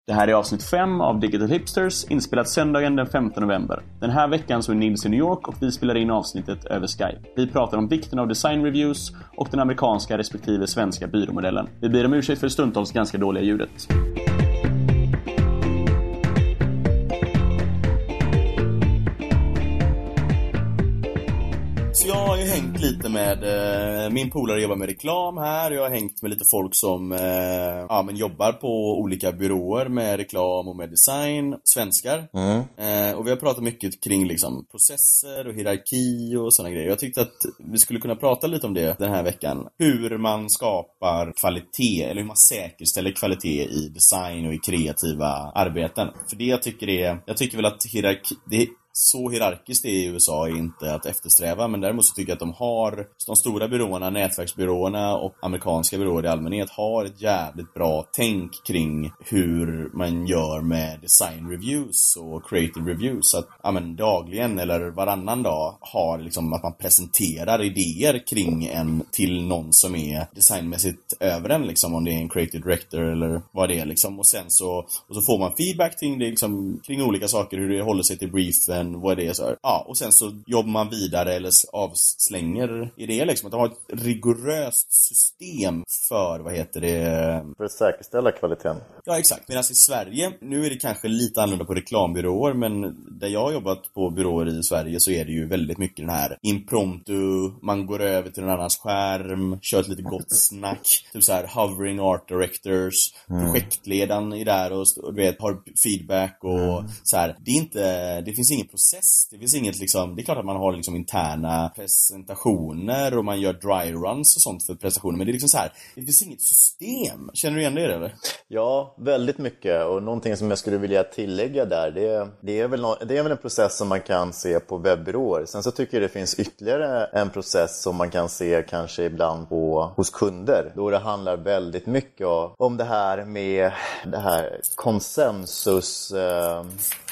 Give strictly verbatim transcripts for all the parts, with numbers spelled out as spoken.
Det här är avsnitt fem av Digital Hipsters, inspelat söndagen den femte november. Den här veckan så är Nils i New York och vi spelar in avsnittet över Skype. Vi pratar om vikten av design reviews och den amerikanska respektive svenska byråmodellen. Vi ber om ursäkt för stundtals ganska dåliga ljudet. Så jag har ju hängt lite med, eh, min polare jobbar med reklam här. Jag har hängt med lite folk som eh, ja, men jobbar på olika byråer med reklam och med design, svenskar. Mm. Eh, och vi har pratat mycket kring liksom, processer och hierarki och sådana grejer. Jag tyckte att vi skulle kunna prata lite om det den här veckan. Hur man skapar kvalitet, eller hur man säkerställer kvalitet i design och i kreativa arbeten. För det jag tycker är, jag tycker väl att hierarki... Det, så hierarkiskt det är i U S A är inte att eftersträva, men däremot så tycker jag att de har, de stora byråerna, nätverksbyråerna och amerikanska byråer i allmänhet har ett jävligt bra tänk kring hur man gör med design reviews och creative reviews. Att ja, men, dagligen eller varannan dag har liksom att man presenterar idéer kring en till någon som är designmässigt över en, liksom, om det är en creative director eller vad det är liksom. Och sen så, och så får man feedback kring det, liksom, kring olika saker, hur det håller sig till briefen, vad det är så här. Ja, och sen så jobbar man vidare eller avslänger i det liksom. Att de har ett rigoröst system för, vad heter det? För att säkerställa kvaliteten. Ja, exakt. Medan i Sverige, nu är det kanske lite annorlunda på reklambyråer, men där jag har jobbat på byråer i Sverige så är det ju väldigt mycket den här impromptu, man går över till någon annans skärm, kör ett lite gott snack, typ så här hovering art directors, mm. projektledaren är där och, och du vet, har feedback och mm. så här. Det är inte, det finns ingen process. Det finns inget liksom, det är klart att man har liksom interna presentationer och man gör dry runs och sånt för presentationer, men det är liksom så här, det finns inget system. Känner du igen det eller? Ja, väldigt mycket, och någonting som jag skulle vilja tillägga där, det, det, är väl no, det är väl en process som man kan se på webbyråer. Sen så tycker jag det finns ytterligare en process som man kan se kanske ibland på, hos kunder, då det handlar väldigt mycket om det här med det här konsensus eh,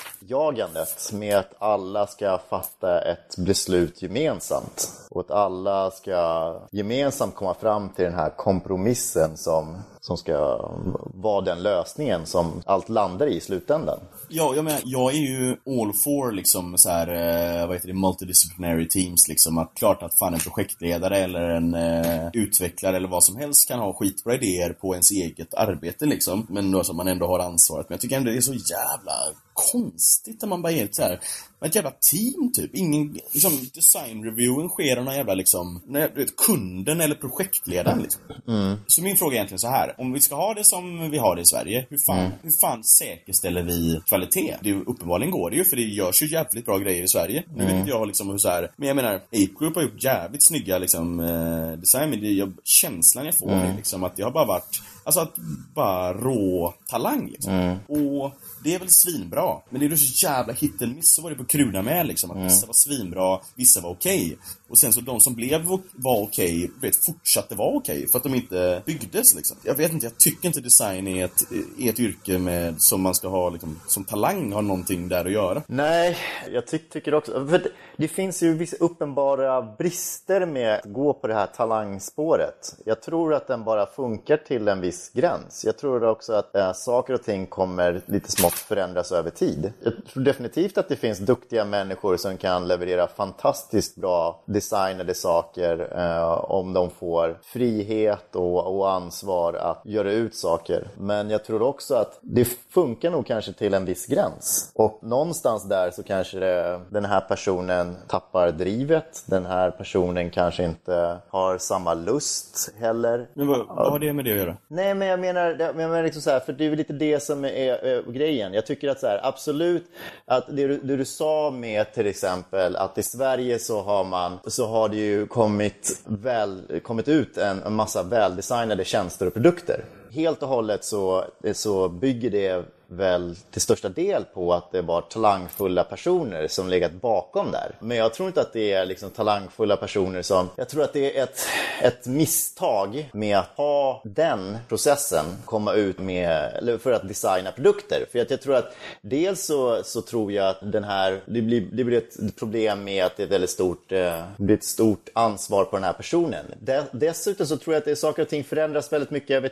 jagandet, med att alla ska fatta ett beslut gemensamt och att alla ska gemensamt komma fram till den här kompromissen som, som ska vara den lösningen som allt landar i i slutändan. Ja, jag menar, jag är ju all for liksom så här, eh, vad heter det, multidisciplinary teams liksom, att klart att fan en projektledare eller en eh, utvecklare eller vad som helst kan ha skitbra idéer på ens eget arbete liksom, men då som man ändå har ansvaret. Men jag tycker ändå det är så jävla konstigt när man bara är ett så här, ett jävla team typ. Ingen liksom, designreviewen sker av någon jävla liksom, när, vet, kunden eller projektledaren liksom. Mm. Så min fråga är egentligen så här, om vi ska ha det som vi har det i Sverige, hur fan, mm. hur fan säkerställer vi kvalitet? Det är ju, uppenbarligen går det ju, för det görs ju jävligt bra grejer i Sverige. Nu mm. vet inte jag liksom hur så här, men jag menar, Ape Group har gjort jävligt snygga liksom eh, design, men det är känslan jag får mm. liksom, att det har bara varit, alltså att bara rå talang liksom. Mm. Och det är väl svinbra, men det är ju så jävla hit and miss. Så var det på Kruna med liksom, att mm. vissa var svinbra, vissa var okej. Okay. Och sen så de som blev var okej, okay, vet, fortsatte vara okej okay, för att de inte byggdes liksom. Jag vet inte, jag tycker inte design är ett, är ett yrke med, som man ska ha liksom, som talang har någonting där att göra. Nej, jag ty- tycker också, för det, det finns ju vissa uppenbara brister med att gå på det här talangspåret. Jag tror att den bara funkar till en viss gräns. Jag tror också att äh, saker och ting kommer lite smått förändras över tid. Jag tror definitivt att det finns duktiga människor som kan leverera fantastiskt bra designade saker eh, om de får frihet och, och ansvar att göra ut saker. Men jag tror också att det funkar nog kanske till en viss gräns. Och någonstans där så kanske det, den här personen tappar drivet. Den här personen kanske inte har samma lust heller. Men vad, vad har det med det att göra? Nej, men jag menar, jag menar liksom så här, för det är väl lite det som är, är grejen. Jag tycker att så här, absolut att det du, det du sa med till exempel att i Sverige så har man så har det ju kommit, väl, kommit ut en, en massa väldesignade tjänster och produkter. Helt och hållet så, så bygger det väl till största del på att det var talangfulla personer som legat bakom där. Men jag tror inte att det är liksom talangfulla personer som... Jag tror att det är ett, ett misstag med att ha den processen komma ut med, eller för att designa produkter. För att jag tror att dels så, så tror jag att den här... Det blir, det blir ett problem med att det är ett väldigt stort, det blir ett stort ansvar på den här personen. Dessutom så tror jag att det är saker och ting förändras väldigt mycket över tid. Jag tror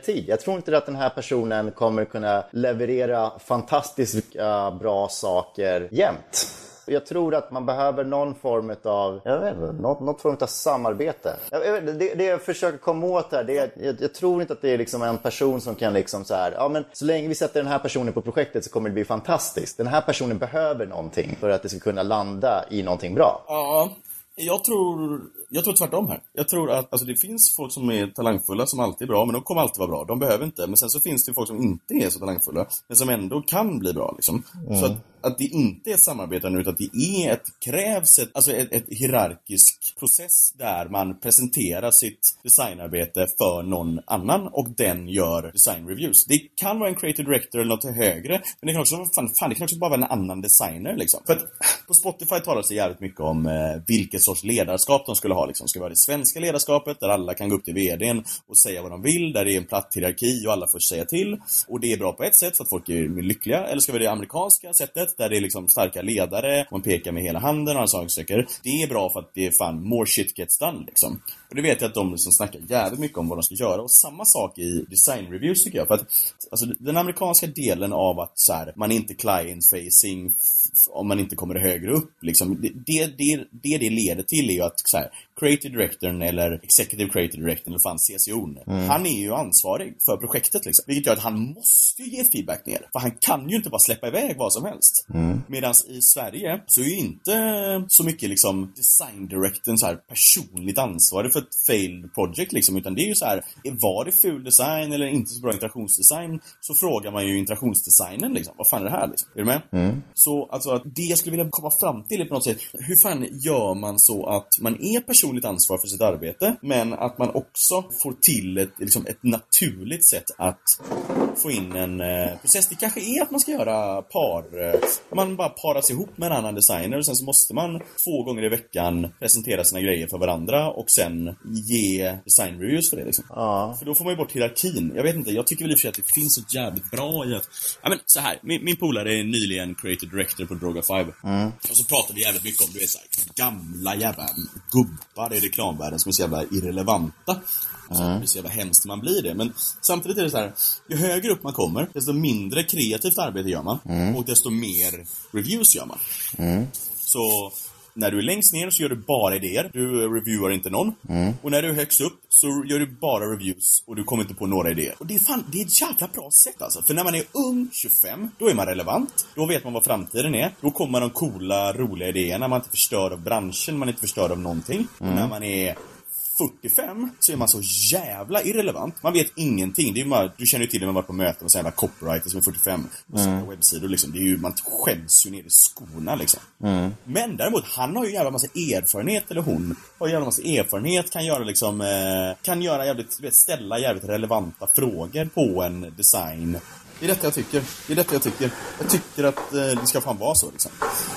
tror inte att den här personen kommer kunna leverera fantastiskt uh, bra saker jämt. Jag tror att man behöver någon form av, jag vet inte, något, något form av samarbete. Jag, jag vet, det, det jag försöker komma åt här, det är, jag, jag tror inte att det är liksom en person som kan liksom så här, ja men så länge vi sätter den här personen på projektet så kommer det bli fantastiskt. Den här personen behöver någonting för att det ska kunna landa i någonting bra. Ja, jag tror, jag tror tvärtom här. Jag tror att alltså, det finns folk som är talangfulla som alltid är bra, men de kommer alltid vara bra. De behöver inte. Men sen så finns det folk som inte är så talangfulla, men som ändå kan bli bra liksom. Mm. Så att, att det inte är samarbete nu, utan att det är ett, krävs ett, alltså ett, ett hierarkisk process där man presenterar sitt designarbete för någon annan och den gör design reviews. Det kan vara en creative director eller något högre, men det kan också, fan, fan, det kan också bara vara en annan designer liksom. För att på Spotify talas det jävligt mycket om eh, vilket sorts ledarskap de skulle ha liksom. Ska det vara det svenska ledarskapet där alla kan gå upp till vdn och säga vad de vill, där det är en platt hierarki och alla får säga till, och det är bra på ett sätt för att folk är lyckliga, eller ska vi det amerikanska sättet där det är liksom starka ledare, man pekar med hela handen och alla saker. Det är bra för att det är fan more shit gets done liksom. Och det vet jag att de som snackar jävligt mycket om vad de ska göra, och samma sak i design reviews tycker jag, för att alltså, den amerikanska delen av att så här, man är inte client facing om man inte kommer högre upp liksom, det det, det, det, det leder till är ju att så här, creative directorn eller executive creative directorn eller fan C C O:n, mm. han är ju ansvarig för projektet liksom, vilket gör att han måste ge feedback ner, för han kan ju inte bara släppa iväg vad som helst. Mm. Medan i Sverige så är ju inte så mycket liksom design directorn så här personligt ansvarig för ett failed project liksom, utan det är ju så här, var det ful design eller inte så bra interaktionsdesign, så frågar man ju interaktionsdesignen liksom, vad fan är det här liksom, är du med? Mm. Så alltså att det jag skulle vilja komma fram till på något sätt, hur fan gör man så att man är personligt ansvar för sitt arbete, men att man också får till ett, liksom ett naturligt sätt att få in en eh, process. Det kanske är att man ska göra par, eh, man bara paras ihop med en annan designer, och sen så måste man två gånger i veckan presentera sina grejer för varandra och sen ge design reviews för det liksom. Ja. För då får man ju bort hierarkin. Jag vet inte, jag tycker väl i och för sig att det finns så jävligt bra i att, ja men så här, min, min polare är nyligen creative director på Droga fem. Mm. Och så pratar vi jävligt mycket om, du vet så här, gamla jävla gubbar i reklamvärlden som är så jävla irrelevanta. Så mm. det är så jävla hemskt man blir det. Men samtidigt är det så här, ju högre upp man kommer, desto mindre kreativt arbete gör man. Mm. Och desto mer reviews gör man. Mm. Så när du är längst ner så gör du bara idéer. Du reviewar inte någon. Mm. Och när du är högst upp så gör du bara reviews och du kommer inte på några idéer. Och det är fan, det är ett jävla bra sätt alltså. För när man är ung, tjugofem, då är man relevant. Då vet man vad framtiden är. Då kommer de coola, roliga idéerna. Man är inte förstörd av branschen, man är inte förstörd av någonting. Mm. Och när man är fyrtiofem så är man så jävla irrelevant. Man vet ingenting. Det är bara, du känner ju till när man varit på möten med så jävla copywriter som är fyrtiofem och så mm. webbsidor liksom. Det är ju, man skäms ju ner i skorna liksom. Mm. Men däremot, han har ju jävla massa erfarenhet, eller hon har ju jävla massa erfarenhet, kan göra liksom eh, kan göra jävligt, vet, ställa jävligt relevanta frågor på en design. Det är detta jag tycker. Det är detta jag tycker. Jag tycker att eh, det ska fan vara så liksom.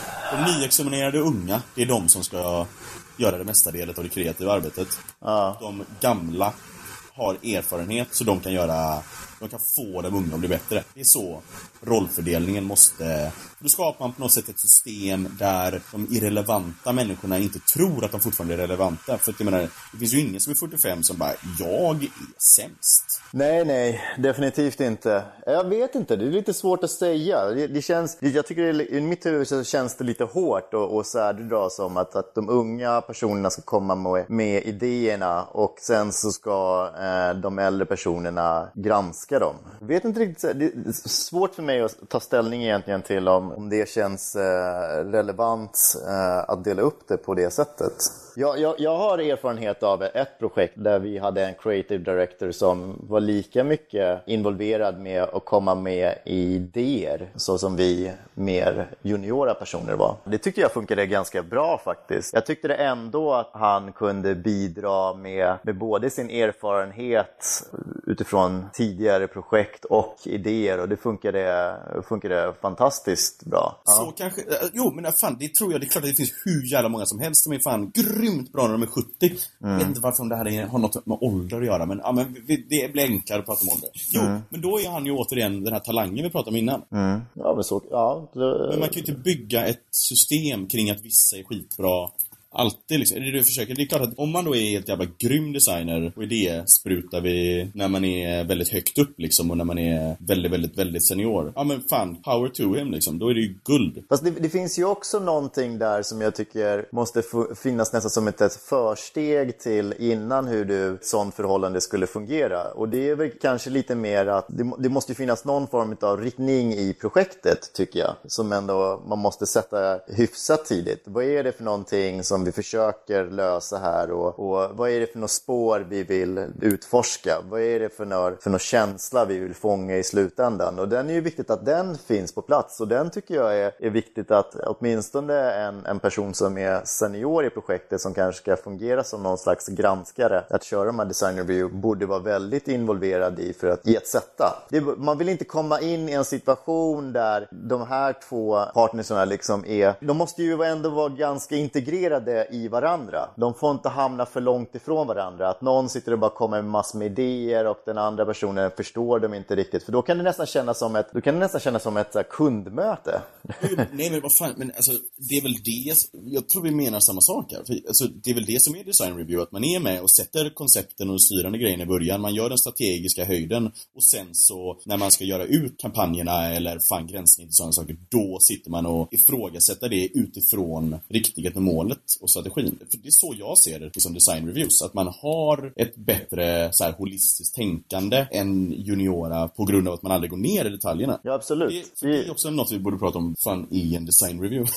De nyexaminerade unga, det är de som ska göra det mesta delet av det kreativa arbetet. Ja. De gamla har erfarenhet så de kan göra, de kan få de unga att bli bättre. Det är så rollfördelningen måste. Då skapar man på något sätt ett system där de irrelevanta människorna inte tror att de fortfarande är relevanta. För att jag menar, det finns ju ingen som är fyrtiofem som bara, jag är sämst. Nej, nej, definitivt inte. Jag vet inte, det är lite svårt att säga. Det, det känns, jag tycker det, i mitt huvud så känns det lite hårt och, och så här, det dras som att, att de unga personerna ska komma med, med idéerna och sen så ska eh, de äldre personerna granska dem. Jag vet inte riktigt, det är svårt för mig att ta ställning egentligen till om, om det känns eh, relevant eh, att dela upp det på det sättet. Jag, jag, jag har erfarenhet av ett projekt där vi hade en creative director som var lika mycket involverad med att komma med idéer så som vi mer juniora personer var. Det tyckte jag funkade ganska bra faktiskt. Jag tyckte det ändå att han kunde bidra med, med både sin erfarenhet utifrån tidigare projekt och idéer, och det funkade, funkade fantastiskt bra. Så ja. Kanske, jo men fan, det tror jag, det är klart att det finns hur jävla många som helst som är fan grymt bra när de är sjuttio. Mm. Jag vet inte varför det här har något med ålder att göra, men, ja, men det blir enklare att prata om ålder. Jo, mm. men då är han ju återigen den här talangen vi pratade om innan. Mm. Ja, men så, ja. Det... Men man kan ju inte bygga ett system kring att vissa är skitbra alltid liksom, är det du försöker? Det är klart att om man då är ett jävla grym designer och det sprutar vi när man är väldigt högt upp liksom och när man är väldigt, väldigt, väldigt senior. Ja men fan, power to him liksom, då är det ju guld. Fast det, det finns ju också någonting där som jag tycker måste f- finnas nästan som ett, ett försteg till innan hur du ett sånt förhållande skulle fungera. Och det är väl kanske lite mer att det, det måste finnas någon form av riktning i projektet tycker jag. Som ändå man måste sätta hyfsat tidigt. Vad är det för någonting som vi försöker lösa här och, och vad är det för något spår vi vill utforska? Vad är det för någon, för någon känsla vi vill fånga i slutändan? Och den är ju viktigt att den finns på plats och den tycker jag är, är viktigt att åtminstone en, en person som är senior i projektet som kanske ska fungera som någon slags granskare att köra de här design review borde vara väldigt involverad i för att ge ett sätta. Det, man vill inte komma in i en situation där de här två partnerserna liksom är, de måste ju ändå vara ganska integrerade i varandra. De får inte hamna för långt ifrån varandra. Att någon sitter och bara kommer med massor med idéer och den andra personen förstår dem inte riktigt. För då kan det nästan kännas som ett, då kan det nästan kännas som ett så här, kundmöte. Nej men vad fan, men alltså det är väl det, jag tror vi menar samma sak här. För, alltså, det är väl det som är design review, att man är med och sätter koncepten och styrande grejen i början. Man gör den strategiska höjden och sen så när man ska göra ut kampanjerna eller fan gränsning till sådana saker, då sitter man och ifrågasätter det utifrån riktigheten och målet och strategin. För det är så jag ser det liksom design reviews, att man har ett bättre så här holistiskt tänkande än juniora på grund av att man aldrig går ner i detaljerna. Ja, absolut. Det, det är också något vi borde prata om fan i en design review.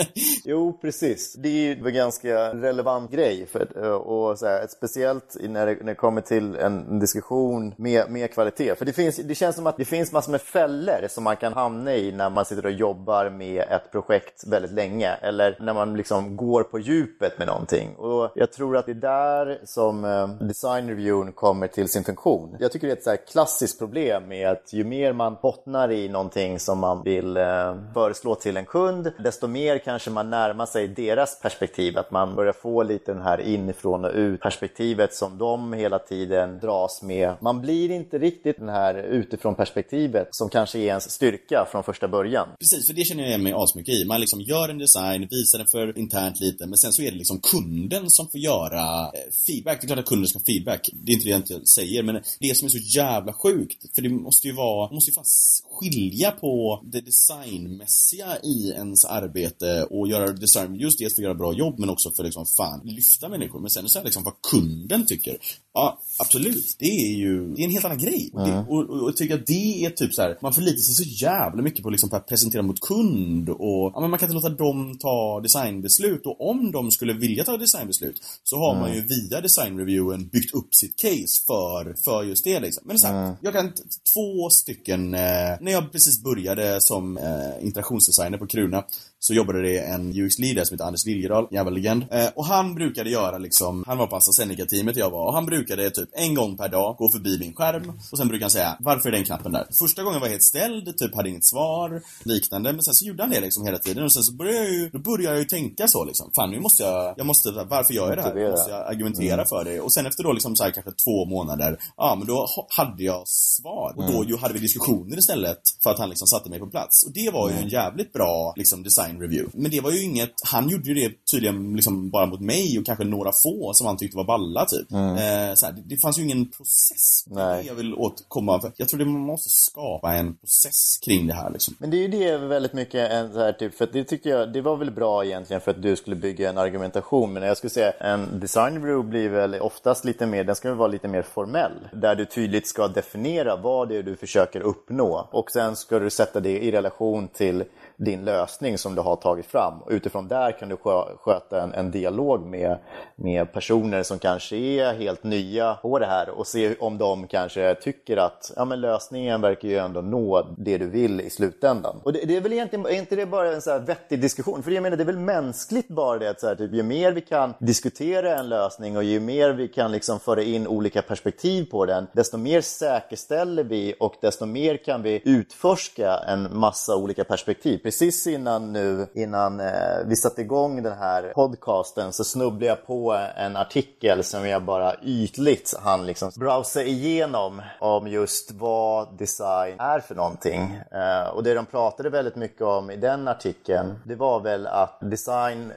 Jo, precis. Det är ju en ganska relevant grej för, och så här, ett speciellt när det, när det kommer till en diskussion med, med kvalitet. För det, finns, det känns som att det finns massor med fällor som man kan hamna i när man sitter och jobbar med ett projekt väldigt länge. Eller när man liksom går på djupet med någonting. Och jag tror att det är där som eh, design reviewen kommer till sin funktion. Jag tycker det är ett så här klassiskt problem med att ju mer man bottnar i någonting som man vill eh, föreslå till en kund, desto mer kanske man närmar sig deras perspektiv. Att man börjar få lite den här inifrån och ut perspektivet som de hela tiden dras med. Man blir inte riktigt den här utifrån perspektivet som kanske är ens styrka från första början. Precis, för det känner jag mig asmycket i. Man liksom gör en design, visar den för internt lite, men sen så är det liksom kunden som får göra feedback. Det är klart att kunden ska ha feedback. Det är inte det jag inte säger, men det som är så jävla sjukt, för det måste ju vara, man måste ju fast skilja på det designmässiga i ens arbete och göra design just det för att göra bra jobb, men också för liksom fan lyfta människor. Men sen så är det liksom vad kunden tycker. Ja, absolut. Det är ju det är en helt annan grej. Mm. Det, och, och, och jag tycker att det är typ så här, man förlitar sig så jävla mycket på liksom på att presentera mot kund och ja, men man kan inte låta dem ta designbeslut, och om de skulle vilja ta designbeslut så har mm. man ju via designreviewen byggt upp sitt case för, för just det liksom. Men så här, mm. jag kan t- två stycken eh, när jag precis började som eh, interaktionsdesigner på Kruna så jobbade det en U X-leader som heter Anders Liljedahl, jävla legend. Eh, och han brukade göra liksom, han var på AstraZeneca-teamet jag var, och han brukade typ en gång per dag gå förbi min skärm och sen brukade han säga, varför är den knappen där? Första gången var jag helt ställd, typ hade inget svar, liknande, men sen så gjorde han det liksom hela tiden och sen så började jag ju, då började jag ju tänka så liksom, fan nu måste jag, jag måste, varför gör jag det här? Nu måste jag argumentera mm. för det. Och sen efter då liksom så här kanske två månader, ja men då hade jag svar och då ju hade vi diskussioner istället för att han liksom satte mig på plats. Och det var ju en jävligt bra liksom design review. Men det var ju inget, han gjorde ju det tydligen liksom bara mot mig och kanske några få som han tyckte var balla typ. Mm. Eh, så här, det, det fanns ju ingen process. Nej. Jag vill återkomma, för jag tror det man måste skapa en process kring det här liksom. Men det är ju det väldigt mycket en så här typ, för det tyckte jag, det var väl bra egentligen för att du skulle bygga en argumentation, men jag skulle säga en design review blir väl oftast lite mer, den ska väl vara lite mer formell, där du tydligt ska definiera vad det är du försöker uppnå och sen ska du sätta det i relation till din lösning som du har tagit fram. Och utifrån där kan du sköta en, en dialog med, med personer som kanske är helt nya på det här och se om de kanske tycker att ja, men lösningen verkar ju ändå nå det du vill i slutändan. Och det, det är väl egentligen, är inte det bara en så här vettig diskussion? För jag menar, det är väl mänskligt bara det att så här, typ, ju mer vi kan diskutera en lösning och ju mer vi kan liksom föra in olika perspektiv på den, desto mer säkerställer vi och desto mer kan vi utforska en massa olika perspektiv. Precis innan nu, innan eh, vi satte igång den här podcasten så snubblade jag på en artikel som jag bara ytligt hann liksom browsa igenom om just vad design är för någonting. Eh, och det de pratade väldigt mycket om i den artikeln, det var väl att design eh,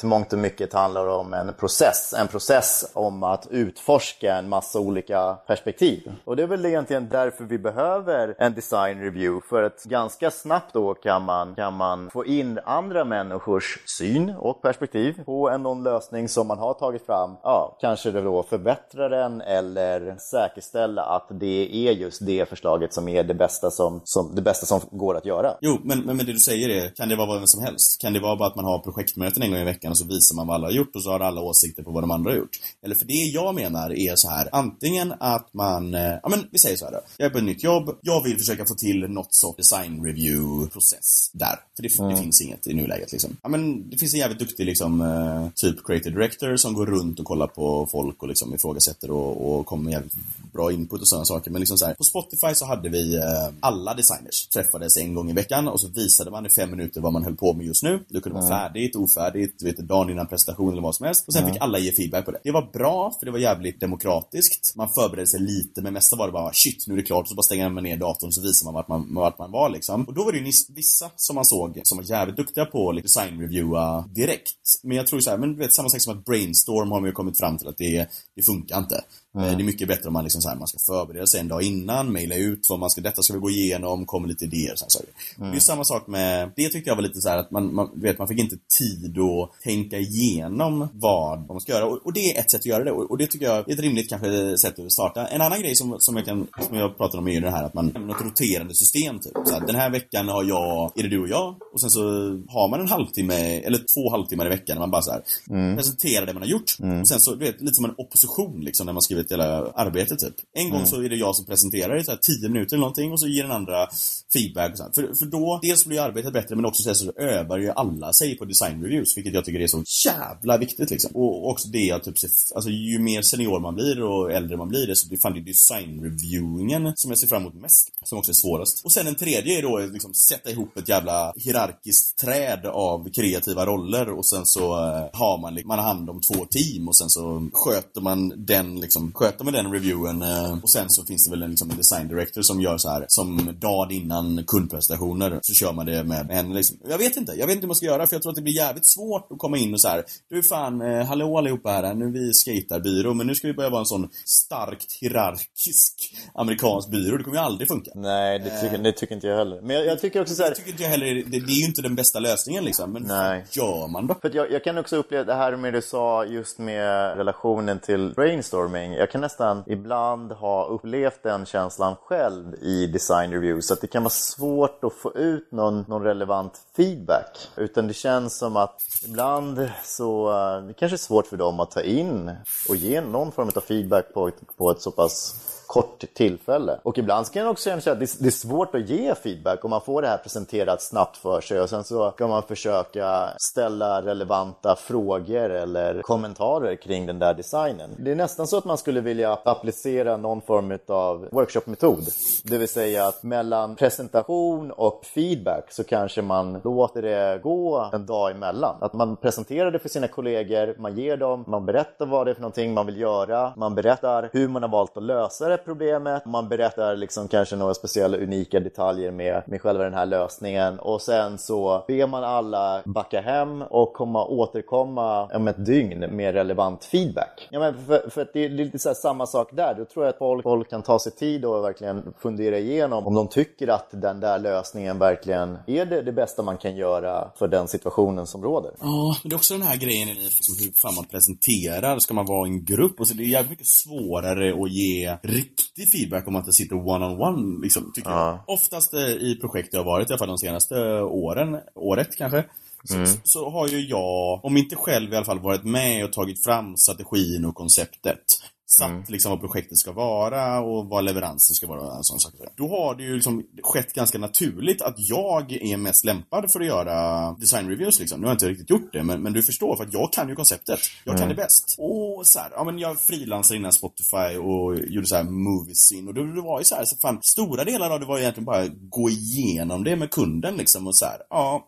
till mångt och mycket handlar om en process. En process om att utforska en massa olika perspektiv. Och det är väl egentligen därför vi behöver en design review. För att ganska snabbt då kan man, kan man få in andra människors syn och perspektiv på en någon lösning som man har tagit fram. Ja, kanske det då förbättra den eller säkerställa att det är just det förslaget som är det bästa som, som, det bästa som går att göra. Jo, men, men det du säger är, kan det vara vad som helst? Kan det vara bara att man har projektmöten en gång i veckan och så visar man vad alla har gjort och så har alla åsikter på vad de andra har gjort? Eller för det jag menar är så här, antingen att man, ja men vi säger så här då, jag är på ett nytt jobb, jag vill försöka få till något sorts design review-process där. För det, mm. det finns inget i nuläget liksom. Ja men det finns en jävligt duktig liksom, uh, typ creative director som går runt och kollar på folk och liksom ifrågasätter och, och kommer med jävligt bra input och sådana saker. Men liksom så här, på Spotify så hade vi uh, alla designers träffades en gång i veckan och så visade man i fem minuter vad man höll på med just nu. Det kunde vara mm. färdigt, ofärdigt, du vet, dagen innan prestation eller vad som helst. Och sen mm. fick alla ge feedback på det. Det var bra för det var jävligt demokratiskt. Man förberedde sig lite, men mest var det bara shit, nu är det klart. Och så bara stänger man ner datorn och så visar man vart man, vart man var liksom. Och då var det ju vissa som man såg som var jävligt duktiga på liksom, design-reviewa direkt. Men jag tror så här, men du vet, samma sak som att Brainstorm har man ju kommit fram till att det, det funkar inte. Mm. Det är mycket bättre om man liksom så här, man ska förbereda sig en dag innan, mejla ut vad man ska, detta ska vi gå igenom, kommer lite idéer så här. Mm. Det är samma sak med, det tyckte jag var lite så här att man, man vet, man fick inte tid att tänka igenom vad man ska göra och, och det är ett sätt att göra det och, och det tycker jag är ett rimligt kanske sätt att starta. En annan grej som, som jag kan, som jag pratade om är det här att man något roterande system typ. Så här, den här veckan har jag, är det du och jag och sen så har man en halvtimme eller två halvtimmar i veckan när man bara så här mm. presenterar det man har gjort. Mm. Och sen så du vet, lite som en opposition liksom när man skriver hela arbetet typ. En gång mm. så är det jag som presenterar i så här tio minuter eller någonting och så ger den andra feedback och sånt. För, för då, dels blir arbetet bättre men också så övar ju alla sig på design reviews, vilket jag tycker är så jävla viktigt liksom. Och också det att typ, alltså ju mer senior man blir och äldre man blir det så det fan det är design reviewingen som jag ser fram emot mest, som också är svårast. Och sen en tredje är då liksom sätta ihop ett jävla hierarkiskt träd av kreativa roller och sen så uh, har man man har hand om två team och sen så sköter man den liksom sköter med den reviewen uh, och sen så finns det väl en, liksom, en design director som gör så här som dag innan kundprestationer så kör man det med en liksom. Jag vet inte, jag vet inte vad man ska göra för jag tror att det blir jävligt svårt att komma in och så här du fan, uh, hallå allihopa här, nu är vi skatarbyrå men nu ska vi börja vara en sån starkt hierarkisk amerikansk byrå, det kommer ju aldrig funka. Nej, det tycker, uh, det tycker inte jag heller. Men jag, jag tycker också så här, jag tycker inte jag heller, det, det är ju inte den bästa lösningen liksom, men nej. Vad gör man då? För jag, jag kan också uppleva det här med det du sa just med relationen till brainstorming. Jag kan nästan ibland ha upplevt den känslan själv i design reviews att det kan vara svårt att få ut någon, någon relevant feedback. Utan det känns som att ibland så uh, det kanske är svårt för dem att ta in och ge någon form av feedback på, på ett så pass kort tillfälle. Och ibland kan jag också känna att det är svårt att ge feedback om man får det här presenterat snabbt för sig och sen så kan man försöka ställa relevanta frågor eller kommentarer kring den där designen. Det är nästan så att man skulle vilja applicera någon form av workshop-metod. Det vill säga att mellan presentation och feedback så kanske man låter det gå en dag emellan. Att man presenterar det för sina kollegor, man ger dem, man berättar vad det är för någonting man vill göra, man berättar hur man har valt att lösa det problemet. Man berättar liksom kanske några speciella unika detaljer med, med själva den här lösningen och sen så ber man alla backa hem och komma återkomma om ett dygn med relevant feedback. Ja, men för, för att det är lite så här samma sak där. Då tror jag att folk, folk kan ta sig tid och verkligen fundera igenom om de tycker att den där lösningen verkligen är det, det bästa man kan göra för den situationen som råder. Ja, men det är också den här grejen i liksom hur fan man presenterar. Ska man vara i en grupp och så det är jävligt mycket svårare att ge riktig feedback om man inte sitter one-on-one liksom, tycker ja. jag. Oftast i projekt jag har varit i alla fall de senaste åren, året kanske, mm. så, så har ju jag, om inte själv i alla fall, varit med och tagit fram strategin och konceptet. Satt mm. liksom vad projektet ska vara och vad leveransen ska vara och en sån sak. Då har det ju liksom skett ganska naturligt att jag är mest lämpad för att göra design reviews liksom. Nu har jag inte riktigt gjort det, men, men du förstår för att jag kan ju konceptet. Jag mm. kan det bäst. Och så här, ja men jag frilansade innan Spotify och gjorde så här movies in och det, det var ju så här, så fan, stora delar av det var egentligen bara gå igenom det med kunden liksom och så här, ja, detta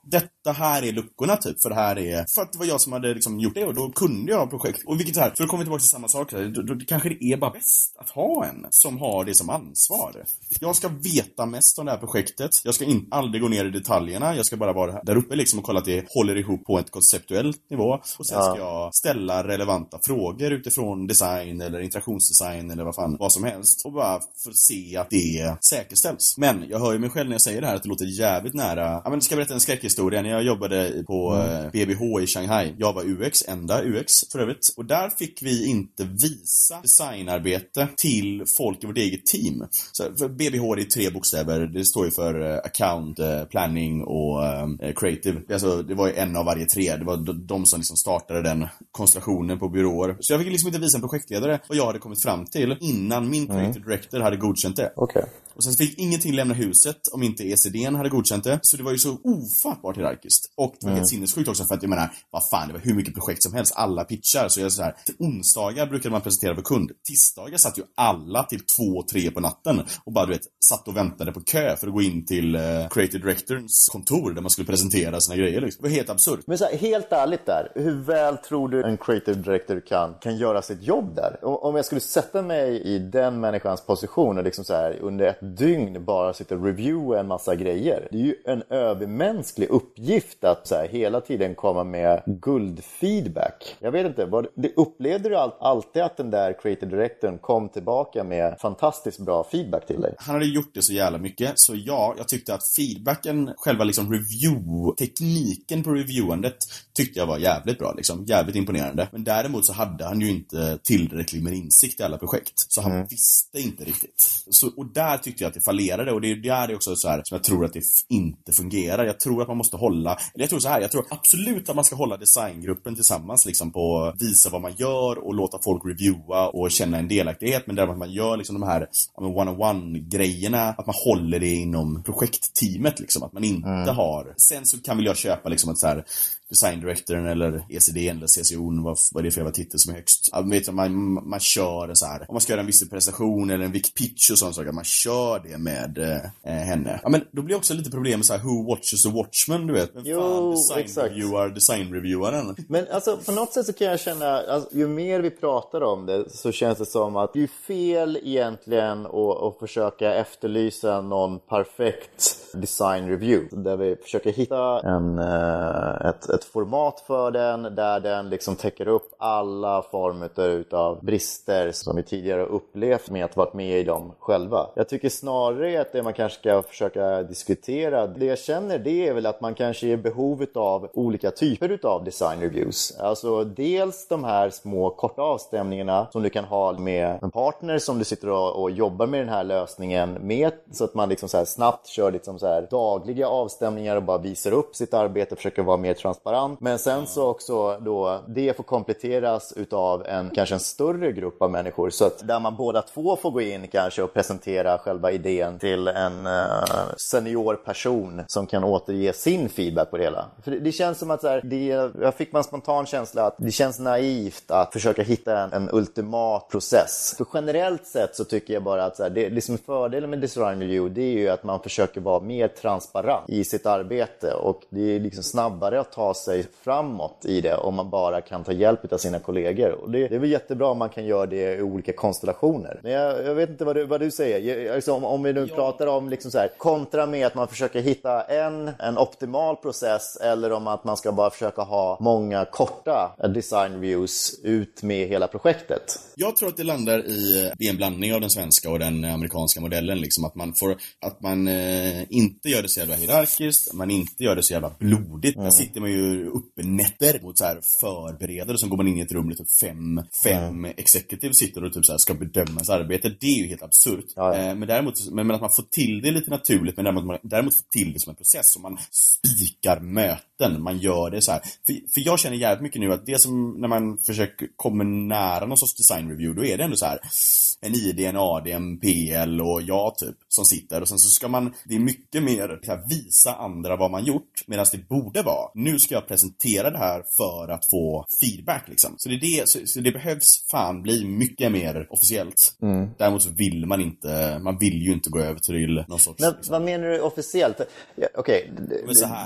fatta, här är luckorna typ, för det här är, för att det var jag som hade liksom gjort det och då kunde jag ha projekt. Och vilket här, för att komma tillbaka till samma sak, då, då kanske det är bara bäst att ha en som har det som ansvar. Jag ska veta mest om det här projektet. Jag ska in, aldrig gå ner i detaljerna. Jag ska bara vara där uppe liksom och kolla att det håller ihop på ett konceptuellt nivå. Och sen ska jag ställa relevanta frågor utifrån design eller interaktionsdesign eller vad fan, vad som helst. Och bara för att se att det säkerställs. Men jag hör ju mig själv när jag säger det här att det låter jävligt nära. Ja, men ska jag berätta en skräckhistoria. När jag jobbade på mm. B B H i Shanghai. Jag var U X, enda U X för övrigt. Och där fick vi inte visa designarbete till folk i vårt eget team. Så för B B H är tre bokstäver. Det står ju för uh, account, uh, planning och uh, creative. Alltså, det var ju en av varje tre. Det var de, de som liksom startade den konstellationen på byråer. Så jag fick liksom inte visa en projektledare vad jag hade kommit fram till innan min creative mm. director hade godkänt det. Okej. Okay. Och sen fick ingenting lämna huset om inte E C D:n hade godkänt det. Så det var ju så ofattbart hierarkiskt. Och det var mm. helt sinnessjukt också för att jag menar, vad fan, det var hur mycket projekt som helst. Alla pitchar. Så jag så här, till onsdagar brukade man presentera för kund. Tisdagar satt ju alla till två, tre på natten. Och bara, du vet, satt och väntade på kö för att gå in till uh, Creative Directorns kontor där man skulle presentera sina grejer. Liksom. Det var helt absurt. Men så här, helt ärligt där, hur väl tror du en Creative Director kan, kan göra sitt jobb där? Och, om jag skulle sätta mig i den människans position och liksom så här, under ett dygn bara sitta och reviewa en massa grejer. Det är ju en övermänsklig uppgift att så här, hela tiden komma med guldfeedback. Jag vet inte, vad, det upplevde du all, alltid att den där Creative Directorn kom tillbaka med fantastiskt bra feedback till dig? Han hade gjort det så jävla mycket, så ja, jag tyckte att feedbacken, själva liksom review-tekniken på reviewandet tyckte jag var jävligt bra, liksom, jävligt imponerande. Men däremot så hade han ju inte tillräckligt med insikt i alla projekt. Så han mm. visste inte riktigt. Så, och där tyckte jag att det fallerade, och det är där det också så här som jag tror att det f- inte fungerar. Jag tror att man måste hålla, eller jag tror så här, jag tror absolut att man ska hålla designgruppen tillsammans liksom på visa vad man gör och låta folk reviewa och känna en delaktighet, men däremot att man gör liksom de här one-on-one-grejerna, att man håller det inom projektteamet liksom, att man inte mm. har. Sen så kan väl jag köpa liksom att så här design directorn eller E C D eller C C O, vad, vad är det för jävla titel som är högst. Ja, vet du, man, man kör en så här, om man ska göra en viss presentation eller en viktig pitch och sånt, så att man kör det med eh, henne. Ja, men då blir också lite problem med så här, who watches the watchman, du vet. Men jo, fan, design exakt. reviewer, design reviewaren. Men alltså på något sätt så kan jag känna, alltså, ju mer vi pratar om det så känns det som att det är fel egentligen att, att försöka efterlysa någon perfekt design review. Där vi försöker hitta en, ett, ett format för den där den liksom täcker upp alla former utav brister som vi tidigare har upplevt med att varit med i dem själva. Jag tycker snarare att det man kanske ska försöka diskutera, det jag känner, det är väl att man kanske är behovet av olika typer utav design reviews. Alltså dels de här små korta avstämningarna som du kan ha med en partner som du sitter och, och jobbar med den här lösningen med, så att man liksom så här snabbt kör liksom så här dagliga avstämningar och bara visar upp sitt arbete och försöker vara mer transparent. Men sen så också då det får kompletteras utav en kanske en större grupp av människor, så att där man båda två får gå in kanske och presentera själva idén till en uh, senior person som kan återge sin feedback på det hela. För det, det känns som att så här, det, jag fick man spontan känsla att det känns naivt att försöka hitta en, en ultimat process. För generellt sett så tycker jag bara att så här, det, det som är fördelen med design review, det är ju att man försöker vara mer transparent i sitt arbete, och det är liksom snabbare att ta sig framåt i det om man bara kan ta hjälp av sina kollegor. Och det, det är väl jättebra om man kan göra det i olika konstellationer. Men jag, jag vet inte vad du, vad du säger. Jag, alltså, om, om vi nu ja. pratar om liksom så här, kontra med att man försöker hitta en, en optimal process, eller om att man ska bara försöka ha många korta design reviews ut med hela projektet. Jag tror att det landar i, det är en blandning av den svenska och den amerikanska modellen, liksom att man får, att man eh, inte gör det så jävla hierarkiskt, man inte gör det så jävla blodigt. Mm. Där sitter man ju uppe nätter mot så här förberedare, som går man in i ett rum, liksom fem, fem mm. executive sitter och typ så här ska bedöma ens arbete. Det är ju helt absurt. Ja, ja. Eh, men däremot, men, men att man får till det lite naturligt, men däremot, man, däremot får till det som en process, och man spikar möten, man gör det så här. För, för jag känner jävligt mycket nu att det som, när man försöker komma nära någon sorts design review, då är det ändå så här en I D, en A D, en P L och jag typ som sitter, och sen så ska man, det är mycket mer så här, visa andra vad man gjort, medan det borde vara, nu ska jag presentera det här för att få feedback liksom. Så det, är det, så, så det behövs fan bli mycket mer officiellt. Mm. Däremot så vill man inte, man vill ju inte gå över till någon sorts... Men liksom. Vad menar du officiellt? Ja, okej, okay.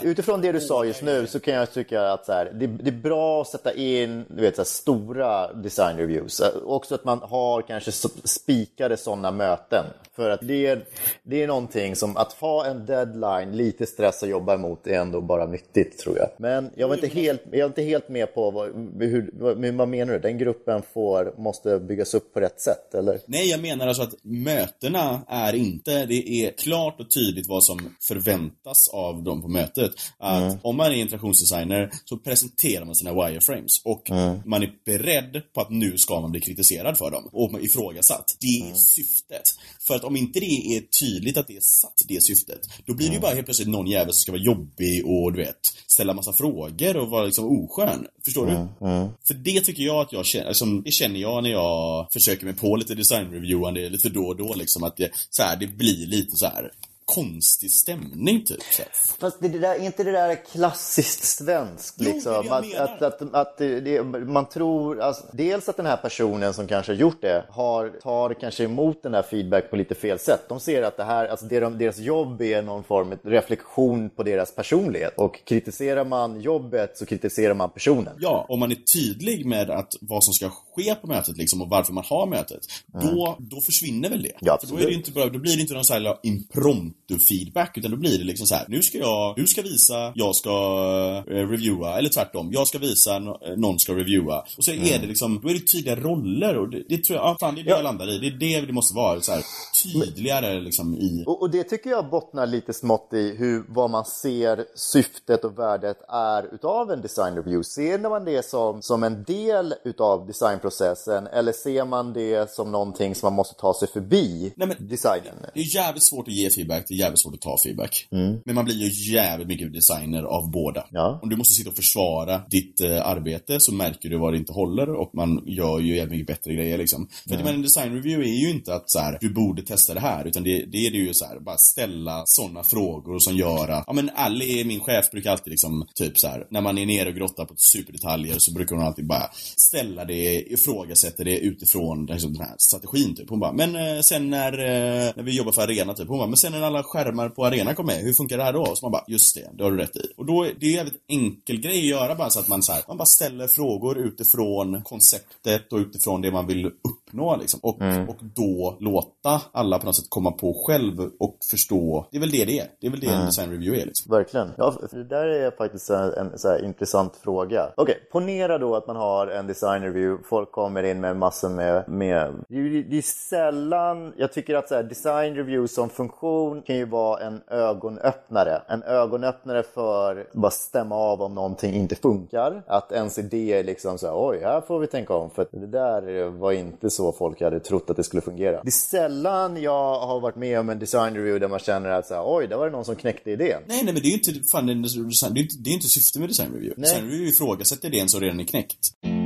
utifrån det du sa just nu så kan jag tycka att så här, det, det är bra att sätta in, du vet, så här, stora design reviews. Också att man har kanske spikade sådana möten. För att det är, det är någonting som att ha en deadline, lite stress att jobba emot är ändå bara nyttigt, tror jag. Men jag var inte helt, jag var inte helt med på vad, hur, vad, vad menar du? Den gruppen får, måste byggas upp på rätt sätt, eller? Nej, jag menar alltså att mötena är inte, det är klart och tydligt vad som förväntas av dem på mötet. Att mm. om man är interaktionsdesigner så presenterar man sina wireframes och mm. man är beredd på att nu ska man bli kritiserad för dem och ifrågasatt. Det är mm. syftet. För att om inte det är tydligt att det är satt det syftet, då blir det ju bara helt plötsligt någon jävel som ska vara jobbig och du vet, ställa massa frågor och vara liksom oskön. Förstår mm. du? Mm. För det tycker jag att jag känner, alltså, det känner jag när jag försöker mig på lite designreviewande lite för då och då liksom, att det, så här, det blir lite så här konstig stämning typ. Så. Fast det, det där, är inte det där klassiskt svenskt liksom? Jo, att, att, att, att det, man tror, alltså, dels att den här personen som kanske har gjort det har, tar kanske emot den här feedback på lite fel sätt. De ser att det här, alltså det de, deras jobb är någon form av reflektion på deras personlighet. Och kritiserar man jobbet så kritiserar man personen. Ja, om man är tydlig med att vad som ska ske på mötet liksom, och varför man har mötet, mm. då, då försvinner väl det. Ja, för då, är det inte bra, då blir det inte någon så här impromptu feedback, utan då blir det liksom så här: nu ska jag, du ska visa, jag ska uh, reviewa, eller tvärtom, jag ska visa, någon ska reviewa, och så är mm. det liksom, då är det tydliga roller, och det, det tror jag, ah, fan, det är det ja. jag landar i, det är det det måste vara, så här tydligare liksom i. Och, och det tycker jag bottnar lite smått i hur, vad man ser syftet och värdet är utav en design review. Ser man det som, som en del utav designprocessen, eller ser man det som någonting som man måste ta sig förbi? Nej, men designen? Det är jävligt svårt att ge feedback, det är jävligt svårt att ta feedback. Mm. Men man blir ju jävligt mycket designer av båda. Ja. Om du måste sitta och försvara ditt uh, arbete, så märker du vad det inte håller, och man gör ju jävligt mycket bättre grejer liksom. För mm. att en design review är ju inte att så här, du borde testa det här, utan det, det är det ju så här, bara ställa sådana frågor som gör att, ja men Ali, min chef, brukar alltid liksom typ så här, när man är nere och grottar på superdetaljer, så brukar hon alltid bara ställa det, ifrågasätta det utifrån liksom, den här strategin typ. Hon bara, men uh, sen när, uh, när vi jobbar för arena typ, hon bara, men sen när alla skärmar på arena kommer med, hur funkar det här då? Så man bara, just det, det har du rätt i. Och då är det ju en jävligt enkel grej att göra, bara så att man så här, man bara ställer frågor utifrån konceptet och utifrån det man vill uppnå liksom. Och, mm. och då låta alla på något sätt komma på själv och förstå. Det är väl det det är. Det är väl det mm. en design review är liksom. Verkligen. Ja, för det där är faktiskt en, en så här intressant fråga. Okej, okay, ponera då att man har en design review. Folk kommer in med massor med, med det, det är sällan, jag tycker att så här, design review som funktion kan ju vara en ögonöppnare. En ögonöppnare för att bara stämma av om någonting inte funkar. Att ens idé är liksom så här, oj, här får vi tänka om. För det där var inte så folk hade trott att det skulle fungera. Det är sällan jag har varit med om en design review där man känner att så här, oj, där var det någon som knäckte idén. Nej, nej, men det är ju inte, fan, det är inte, det är inte syftet med design review. Nej. Design review ifrågasätter idén som redan är knäckt.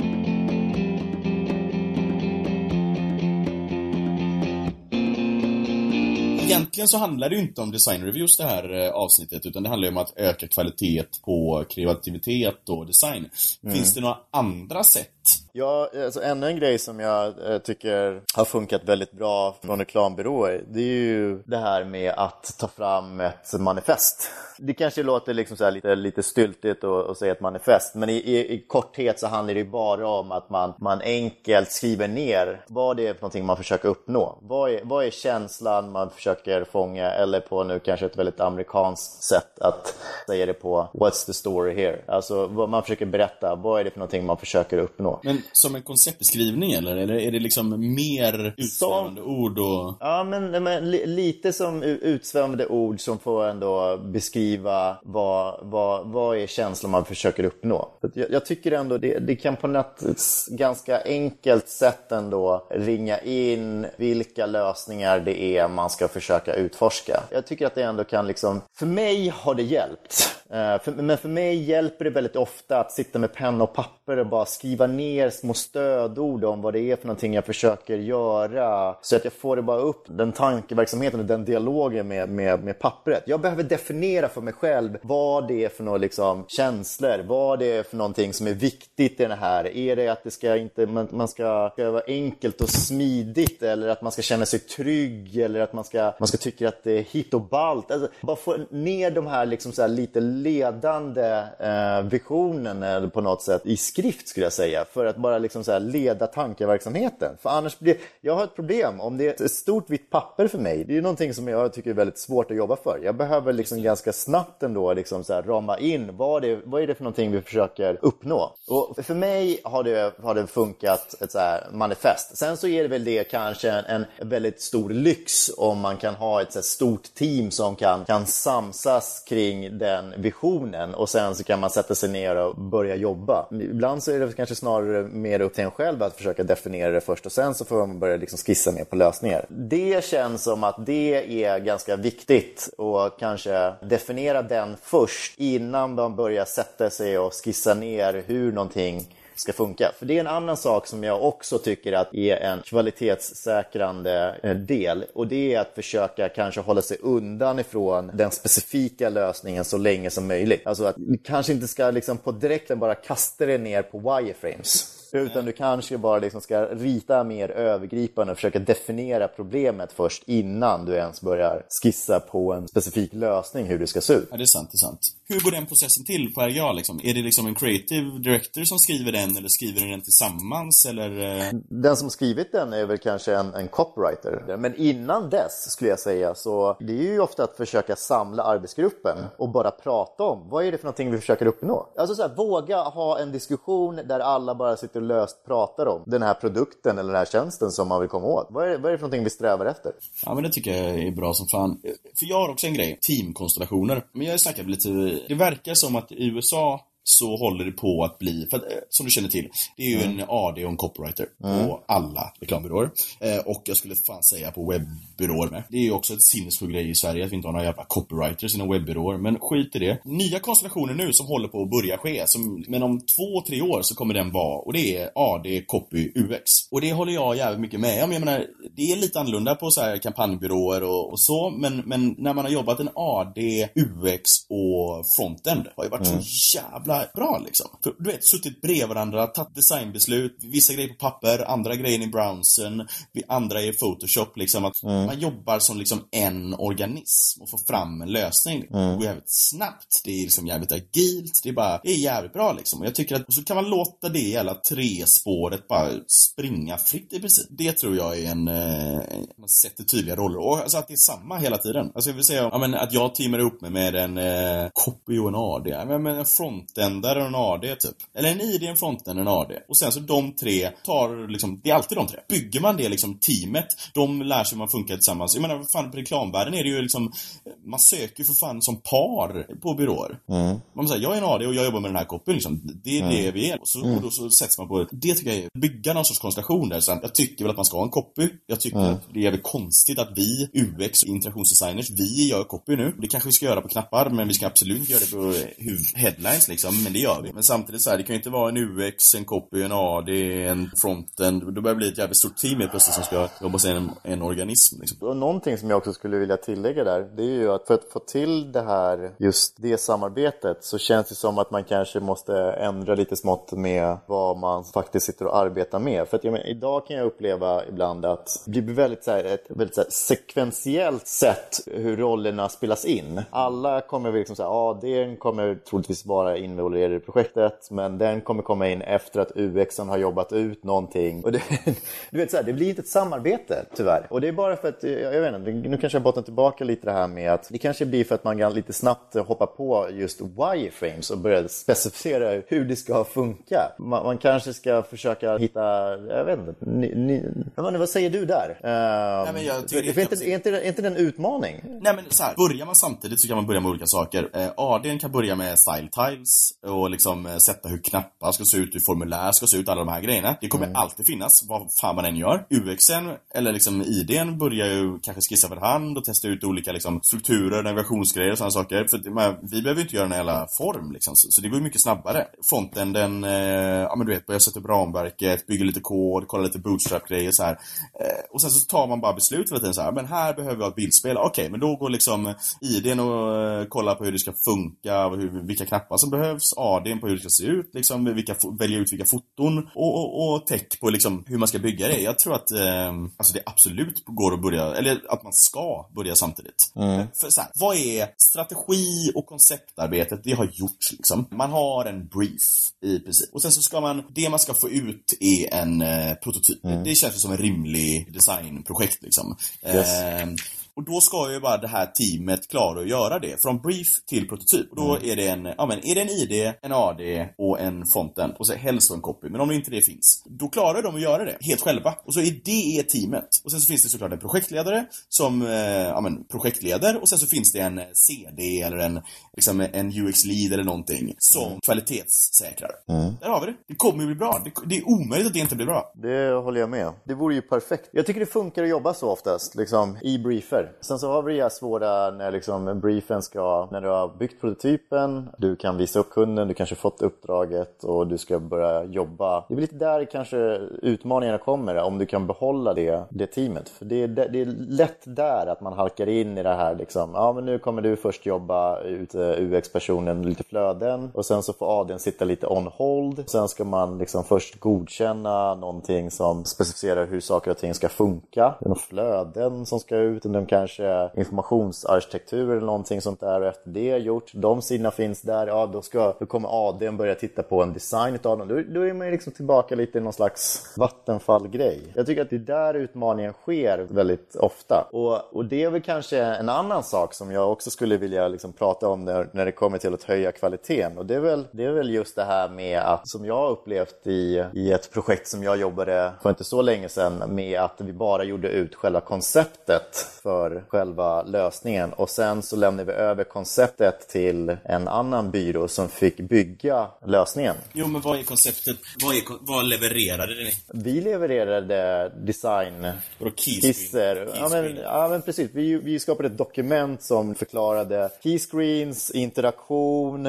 Egentligen så handlar det ju inte om design reviews det här avsnittet, utan det handlar ju om att öka kvalitet på kreativitet och design. Mm. Finns det några andra sätt? Ja, alltså ännu en grej som jag eh, tycker har funkat väldigt bra från reklambyråer, det är ju det här med att ta fram ett manifest. Det kanske låter liksom så här lite, lite styltigt att, att säga ett manifest, men i, i, i korthet så handlar det ju bara om att man, man enkelt skriver ner vad det är för någonting man försöker uppnå. Vad är, vad är känslan man försöker fånga, eller på nu kanske ett väldigt amerikanskt sätt att säga det på, what's the story here? Alltså vad man försöker berätta, vad är det för någonting man försöker uppnå? Men som en konceptbeskrivning eller? Eller är det liksom mer utsvävande som, ord? Och... Ja, men, men li, lite som utsvävande ord som får ändå beskriva vad, vad, vad är känslan man försöker uppnå. Jag, jag tycker ändå det, det kan på något ganska enkelt sätt ändå ringa in vilka lösningar det är man ska försöka utforska. Jag tycker att det ändå kan liksom, för mig har det hjälpt. Uh, för, men för mig hjälper det väldigt ofta att sitta med penna och papper och bara skriva ner små stödord om vad det är för någonting jag försöker göra, så att jag får det bara upp den tankeverksamheten och den dialogen med, med, med pappret. Jag behöver definiera för mig själv vad det är för några liksom känslor, vad det är för någonting som är viktigt i det här. Är det att det ska inte, man, man ska, ska vara enkelt och smidigt, eller att man ska känna sig trygg, eller att man ska, man ska tycka att det är hit och ballt. Alltså, bara få ner de här liksom så här lite ledande eh, visionen eller på något sätt i skrift skulle jag säga, för att bara liksom så här leda tankeverksamheten. För annars blir, jag har ett problem om det är ett stort vitt papper för mig. Det är ju någonting som jag tycker är väldigt svårt att jobba för. Jag behöver liksom ganska snabbt ändå liksom så här rama in vad, det, vad är det för någonting vi försöker uppnå. Och för mig har det, har det funkat ett så här manifest. Sen så är det väl det kanske en, en väldigt stor lyx om man kan ha ett så här stort team som kan, kan samsas kring den visionen och sen så kan man sätta sig ner och börja jobba. Ibland så är det kanske snarare mer upp till en själv att försöka definiera det först och sen så får man börja liksom skissa mer på lösningar. Det känns som att det är ganska viktigt och kanske definiera den först innan man börjar sätta sig och skissa ner hur någonting ska funka. För det är en annan sak som jag också tycker att är en kvalitetssäkrande del, och det är att försöka kanske hålla sig undan ifrån den specifika lösningen så länge som möjligt. Alltså att du kanske inte ska liksom på direkten bara kasta det ner på wireframes. Utan du kanske bara liksom ska rita mer övergripande och försöka definiera problemet först innan du ens börjar skissa på en specifik lösning hur det ska se ut. Ja, det är sant, det är sant. Hur går den processen till på R G A liksom? Är det liksom en creative director som skriver den eller skriver den tillsammans? Eller? Den som skrivit den är väl kanske en, en copywriter. Men innan dess skulle jag säga så det är ju ofta att försöka samla arbetsgruppen och bara prata om vad är det för någonting vi försöker uppnå. Alltså så här, våga ha en diskussion där alla bara sitter och löst pratar om den här produkten eller den här tjänsten som man vill komma åt. Vad är det, vad är det för någonting vi strävar efter? Ja, men det tycker jag är bra som fan. För jag har också en grej, teamkonstellationer. Men jag har snackat lite, det verkar som att i U S A så håller det på att bli, för att, som du känner till, det är ju mm. en A D och en copywriter mm. på alla reklambyråer. Eh, och jag skulle fan säga på webbyråer med. Det är ju också ett sinnesfull grej i Sverige att vi inte har några jävla copywriters inom webbyråer, men skit i det. Nya konstellationer nu som håller på att börja ske, som, men om två, tre år så kommer den vara, och det är A D, copy, U X. Och det håller jag jävligt mycket med om. Jag menar, det är lite annorlunda på så här kampanjbyråer och, och så, men, men när man har jobbat en A D, U X och frontend har ju varit mm. så jävla bra liksom. För, du vet, suttit bredvid varandra, tagit designbeslut, vissa grejer på papper, andra grejer i browsern, andra i Photoshop liksom, att mm. man jobbar som liksom en organism och får fram en lösning. Mm. Det går jävligt snabbt, det är liksom jävligt agilt, det är bara, det är jävligt bra liksom. Och jag tycker att, och så kan man låta det hela tre-spåret bara springa fritt i princip. Det tror jag är en, eh, man sätter tydliga roller, och alltså att det är samma hela tiden. Alltså jag vill säga, ja, men att jag teamar ihop mig med en eh, copy och en A D, ja, men en frontend där och en A D typ. Eller en I D, en frontend, en A D. Och sen så de tre tar liksom, det är alltid de tre. Bygger man det liksom teamet, de lär sig hur man funkar tillsammans. Jag menar, fan, på reklamvärlden är det ju liksom, man söker för fan som par på byråer. Mm. Man säger, jag är en A D och jag jobbar med den här copyn liksom. Det är mm. det vi är. Och så, mm. och då så sätts man på det. Det tycker jag är, bygga någon sorts konstellation där. Så jag tycker väl att man ska ha en copy. Jag tycker mm. att det är väl konstigt att vi, U X och interaktionsdesigners, vi gör copy nu. Det kanske vi ska göra på knappar, men vi ska absolut inte göra det på headlines liksom. Men det gör vi. Men samtidigt så här, det kan ju inte vara en U X, en copy, en A D, en frontend. Då börjar det bli ett jävligt stort team helt plötsligt som ska jobba sig en, en organism liksom. Och någonting som jag också skulle vilja tillägga där, det är ju att för att få till det här, just det samarbetet, så känns det som att man kanske måste ändra lite smått med vad man faktiskt sitter och arbetar med. För att jag menar, idag kan jag uppleva ibland att det blir väldigt så här, ett väldigt så här sekventiellt sätt hur rollerna spelas in. Alla kommer liksom så här, ja, det kommer troligtvis vara involverade i projektet, men den kommer komma in efter att U X:en har jobbat ut någonting. Och det, du vet så här, det blir inte ett samarbete tyvärr. Och det är bara för att, jag vet inte, nu kanske jag bottnar tillbaka lite det här med att det kanske blir för att man kan lite snabbt hoppa på just wireframes och börja specificera hur det ska funka. Man, man kanske ska försöka hitta, jag vet inte, ni, ni, men vad säger du där? Uh, Nej, men jag tycker är, inte, är, inte, är inte det en utmaning? Nej, men så här, börjar man samtidigt så kan man börja med olika saker. Uh, A D:n kan börja med style tiles och liksom uh, sätta hur knappar ska se ut, hur formulär ska se ut, alla de här grejerna. Det kommer mm. alltid finnas, vad fan man än gör. U X:en, eller liksom I D:n börjar ju kanske skissa för hand och testa ut olika liksom strukturer, navigationsgrejer och sådana saker. För men, vi behöver inte göra en hela form liksom, så, så det går ju mycket snabbare. Fronten, den, eh, ja men du vet, börjar sätta upp ramverket, bygger lite kod, kolla lite bootstrap-grejer så här. Eh, och sen så tar man bara beslut hela tiden så här, men här behöver vi ha ett bildspel. Okej, okay, men då går liksom I D:n och eh, kollar på hur det ska funka, hur, vilka knappar som behövs. curves, A D på hur det ska se ut, liksom, vilka, välja ut vilka foton och, och, och tech på liksom, hur man ska bygga det. Jag tror att eh, alltså det absolut går att börja, eller att man ska börja samtidigt. Mm. För så här, vad är strategi och konceptarbetet? Det har gjorts liksom. Man har en brief i princip. Och sen så ska man, det man ska få ut är en eh, prototyp. Mm. Det känns som en rimlig designprojekt liksom. Yes. Eh, Och då ska ju bara det här teamet klara att göra det. Från brief till prototyp. Och då mm. är det en, ja men är det en I D, en A D och en fonten. Och så helst en copy. Men om inte det finns, då klarar de att göra det helt själva. Och så är det teamet. Och sen så finns det såklart en projektledare som eh, ja men, projektleder. Och sen så finns det en C D eller en, liksom en U X-lead eller någonting som mm. kvalitetssäkrar. Mm. Där har vi det. Det kommer ju bli bra. Det, det är omöjligt att det inte blir bra. Det håller jag med. Det vore ju perfekt. Jag tycker det funkar att jobba så oftast. Liksom i briefer. Sen så har vi det svåra när liksom briefen ska, när du har byggt prototypen, du kan visa upp kunden, du kanske fått uppdraget och du ska börja jobba. Det är väl lite där kanske utmaningarna kommer, om du kan behålla det, det teamet. För det är, det är lätt där att man halkar in i det här liksom, ja men nu kommer du först jobba ut U X-personen lite flöden och sen så får A D:n sitta lite on hold. Sen ska man liksom först godkänna någonting som specificerar hur saker och ting ska funka. Det är några flöden som ska ut, de kanske informationsarkitektur eller någonting sånt där, och efter det är gjort, de sidorna finns där, ja då, ska, då kommer A D:n börja titta på en design av dem, då, då är man liksom tillbaka lite i någon slags vattenfallgrej. Jag tycker att det är där utmaningen sker väldigt ofta, och, och det är väl kanske en annan sak som jag också skulle vilja liksom prata om när, när det kommer till att höja kvaliteten, och det är väl, det är väl just det här med att, som jag har upplevt i, i ett projekt som jag jobbade för inte så länge sedan, med att vi bara gjorde ut själva konceptet för själva lösningen, och sen så lämnade vi över konceptet till en annan byrå som fick bygga lösningen. Jo, men vad är konceptet? Vad, är, vad levererade ni? Vi levererade design skisser. Ja men, ja men precis, vi, vi skapade ett dokument som förklarade keyscreens, interaktion,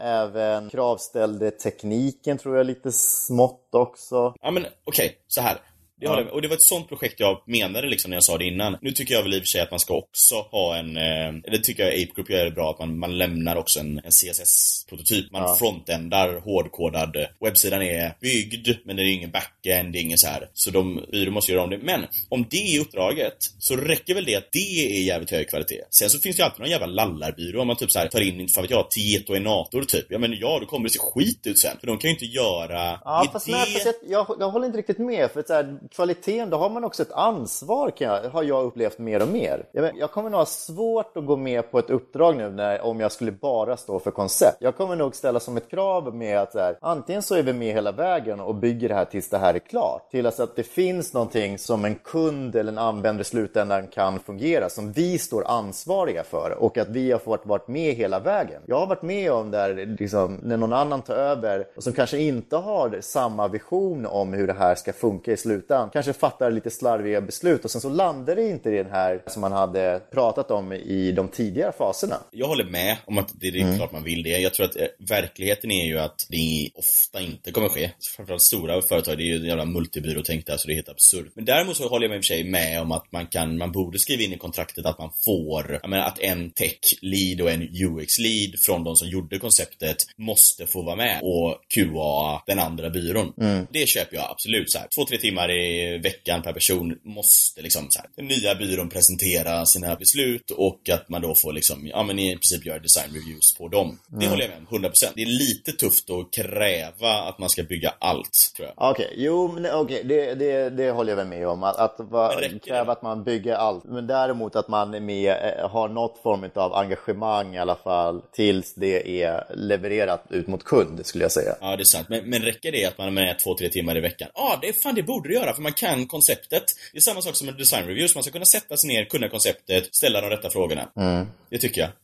även kravställde tekniken tror jag lite smått också. Ja men okej, okay, så här. Det ja. Och det var ett sånt projekt jag menade liksom när jag sa det innan. Nu tycker jag väl i och för sig att man ska också ha en, eh, det tycker jag Ape Group gör det bra, att man, man lämnar också en, en C S S-prototyp. Man ja. frontendar hårdkodad. Webbsidan är byggd, men det är ingen backend, det är ingen så här. Så de, de måste göra om det. Men om det är uppdraget så räcker väl det att det är jävligt hög kvalitet. Sen så finns det ju alltid någon jävla lallarbyrå om man typ så här tar in, inte fan vet jag, Tieto Enator typ. Ja men ja, då kommer det se skit ut sen. För de kan ju inte göra... Ja, fast, det... nej, fast jag, jag, jag håller inte riktigt med, för att så här, kvaliteten, då har man också ett ansvar, kan jag, har jag upplevt mer och mer. Jag, jag kommer nog ha svårt att gå med på ett uppdrag nu när, om jag skulle bara stå för koncept. Jag kommer nog ställa som ett krav med att så här, antingen så är vi med hela vägen och bygger det här tills det här är klart. Till alltså att det finns någonting som en kund eller en användare i slutändan kan fungera, som vi står ansvariga för, och att vi har fått varit med hela vägen. Jag har varit med om där liksom, när någon annan tar över och som kanske inte har samma vision om hur det här ska funka i slutändan, kanske fattar lite slarviga beslut och sen så landar det inte i den här som man hade pratat om i de tidigare faserna. Jag håller med om att det är mm. klart man vill det. Jag tror att eh, verkligheten är ju att det ofta inte kommer ske. Framförallt stora företag, det är ju en jävla multibyrå tänkt där, så det är helt absurt. Men däremot så håller jag med i och för sig med om att man kan, man borde skriva in i kontraktet att man får, jag menar, att en tech-lead och en U X-lead från de som gjorde konceptet måste få vara med och Q A den andra byrån. Mm. Det köper jag absolut så här. Två, tre timmar i veckan per person måste liksom så här, den nya byrån presentera sina beslut, och att man då får liksom, ja men i princip göra design reviews på dem. Det mm. håller jag med om, hundra procent. Det är lite tufft att kräva att man ska bygga allt, tror jag. Okej, okay, jo men okej, okay, det, det, det håller jag väl med om. Att, att va, kräva att man bygger allt. Men däremot att man är med, har något form av engagemang i alla fall tills det är levererat ut mot kund, skulle jag säga. Ja, det är sant. Men, men räcker det att man är med två, tre timmar i veckan? Ja, det, fan, det borde det göra, för man kan konceptet. Det är samma sak som en design review, så man ska kunna sätta sig ner, kunna konceptet, ställa de rätta frågorna. Mm. Det tycker jag.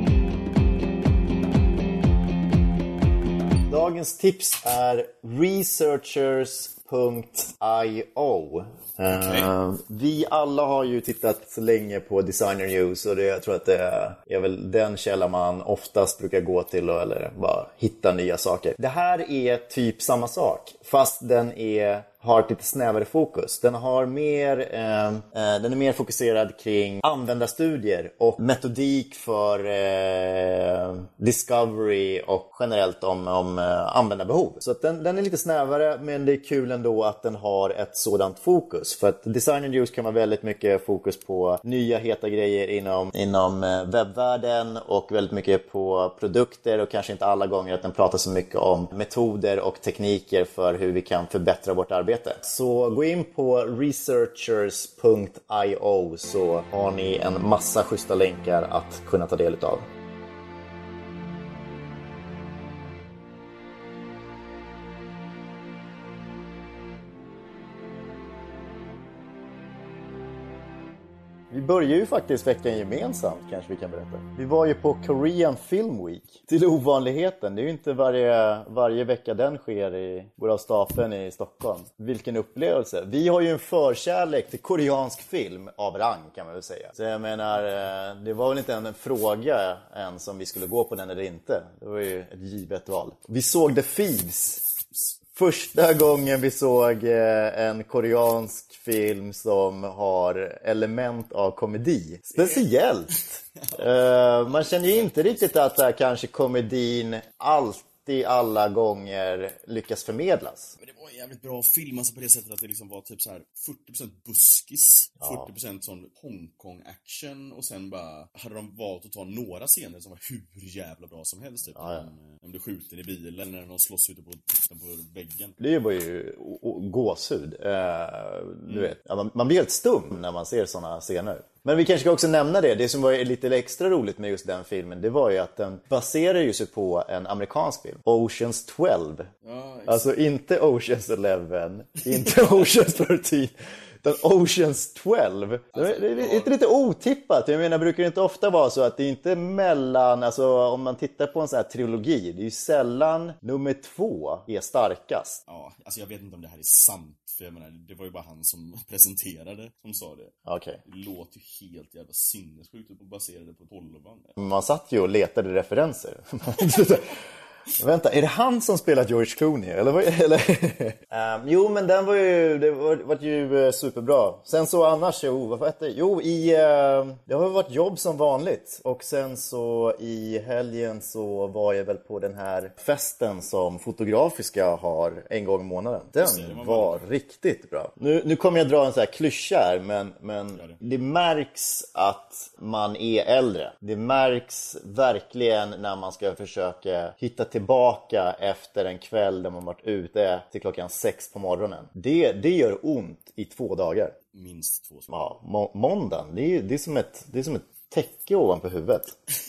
Dagens tips är researchers punkt i o. Okay. Uh, vi alla har ju tittat länge på Designer News, och det, jag tror att det är väl den källa man oftast brukar gå till och, eller bara hitta nya saker. Det här är typ samma sak, fast den är har ett lite snävare fokus. Den har mer eh, eh, den är mer fokuserad kring användarstudier och metodik för eh, discovery och generellt om, om eh, användarbehov. Så att den, den är lite snävare, men det är kul ändå att den har ett sådant fokus. För att design and use kan vara väldigt mycket fokus på nya heta grejer inom, inom eh, webbvärlden och väldigt mycket på produkter, och kanske inte alla gånger att den pratar så mycket om metoder och tekniker för hur vi kan förbättra vårt arbete. Så gå in på researchers punkt io så har ni en massa schyssta länkar att kunna ta del av. Vi börjar ju faktiskt veckan gemensamt, kanske vi kan berätta. Vi var ju på Korean Film Week. Till ovanligheten, det är ju inte varje, varje vecka den sker i Boråstapen i Stockholm. Vilken upplevelse. Vi har ju en förkärlek till koreansk film av rang, kan man väl säga. Så jag menar, det var väl inte en fråga än som vi skulle gå på den eller inte. Det var ju ett givet val. Vi såg The Thieves. Första gången vi såg en koreansk film som har element av komedi. Speciellt. uh, man känner ju inte riktigt att uh, kanske komedin alltid alla gånger lyckas förmedlas. Men det var en jävligt bra film, alltså på det sättet att det liksom var typ så här fyrtio procent buskis, ja. fyrtio procent sån Hongkong-action, och sen bara hade de valt att ta några scener som var hur jävla bra som helst. Typ. Ja, ja. När de blir skjuten i bilen, när de slåss ute på, på väggen. Det var ju gåshud. Uh, du mm. vet. Ja, man, man blir helt stum när man ser såna scener. Men vi kanske ska också nämna det. Det som var lite extra roligt med just den filmen, det var ju att den baserar ju sig på en amerikansk film, Oceans tolv. Ja, alltså inte Oceans eleven, inte Oceans tretton, utan Oceans tolv. Alltså, det är inte lite otippat. Jag menar, brukar det inte ofta vara så att det är inte mellan, alltså om man tittar på en sån här trilogi, det är ju sällan nummer två är starkast. Ja, alltså jag vet inte om det här är sant. För jag menar, det var ju bara han som presenterade som sa det. Okay. Det låter ju helt jävla sinnessjukt och baserade på tolvan. Man satt ju och letade referenser. Vänta, är det han som spelat George Clooney? Eller vad, eller? um, jo, men den var ju, det var, var ju uh, superbra. Sen så annars, jo, vad hette det? Jo, i, uh, det har varit jobb som vanligt. Och sen så i helgen så var jag väl på den här festen som Fotografiska har en gång i månaden. Den det, var riktigt bra. Nu, nu kommer jag dra en så här klyscha här, men, men det. det märks att man är äldre. Det märks verkligen när man ska försöka hitta tillbaka efter en kväll där man varit ute till klockan sex på morgonen. Det, det gör ont i två dagar. Minst två. Ja, må- måndagen, det är, det, är som ett, det är som ett täcke ovanpå huvudet.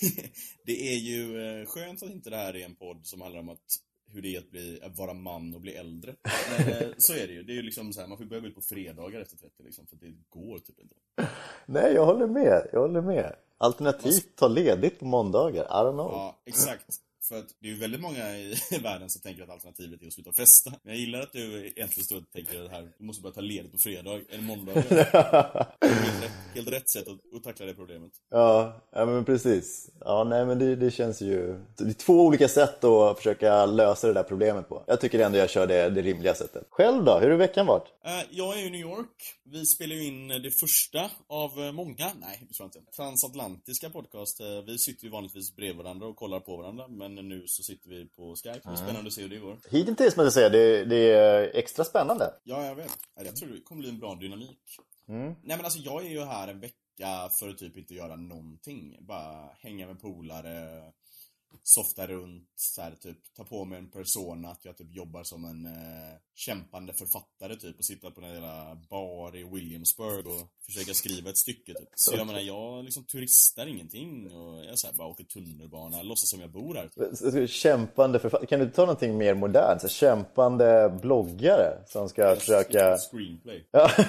Det är ju skönt att inte det här är en podd som handlar om att hur det är att, bli, att vara man och bli äldre. Men, så är det ju. Det är ju liksom så här, man får börja gå ut på fredagar efter trettio liksom, för det går typ inte. Nej, jag håller med. Jag håller med. Alternativt ta ledigt på måndagar. I don't know. Ja, exakt. För att det är ju väldigt många i världen som tänker att alternativet är att sluta festa. Men jag gillar att du egentligen står och tänker det här. Du måste bara ta ledigt på fredag eller måndag. helt, rätt, helt rätt sätt att, att tackla det problemet. Ja, ja men precis. Ja, nej men det, det känns ju... Det är två olika sätt att försöka lösa det där problemet på. Jag tycker ändå jag kör det, det rimliga sättet. Själv då? Hur har veckan varit? Uh, jag är i New York. Vi spelar ju in det första av många. Nej, det tror jag inte. Transatlantiska podcast. Vi sitter ju vanligtvis bredvid varandra och kollar på varandra. Men nu så sitter vi på Skype. Det är spännande att se hur det går. Hittills måste jag säga, det, det är extra spännande. Ja, jag vet. Jag tror det kommer bli en bra dynamik. Mm. Nej, men alltså jag är ju här en vecka för att typ inte göra någonting. Bara hänga med polare, softa runt, så här, typ ta på mig en persona att jag typ jobbar som en eh, kämpande författare typ och sitta på en jävla bar i Williamsburg och försöka skriva ett stycke typ. Så jag menar, jag liksom turistar ingenting och jag så här, bara åker tunnelbana, låtsas som jag bor här typ. Kämpande författare, kan du ta någonting mer modernt? Så kämpande bloggare som ska jag försöka... Screenplay.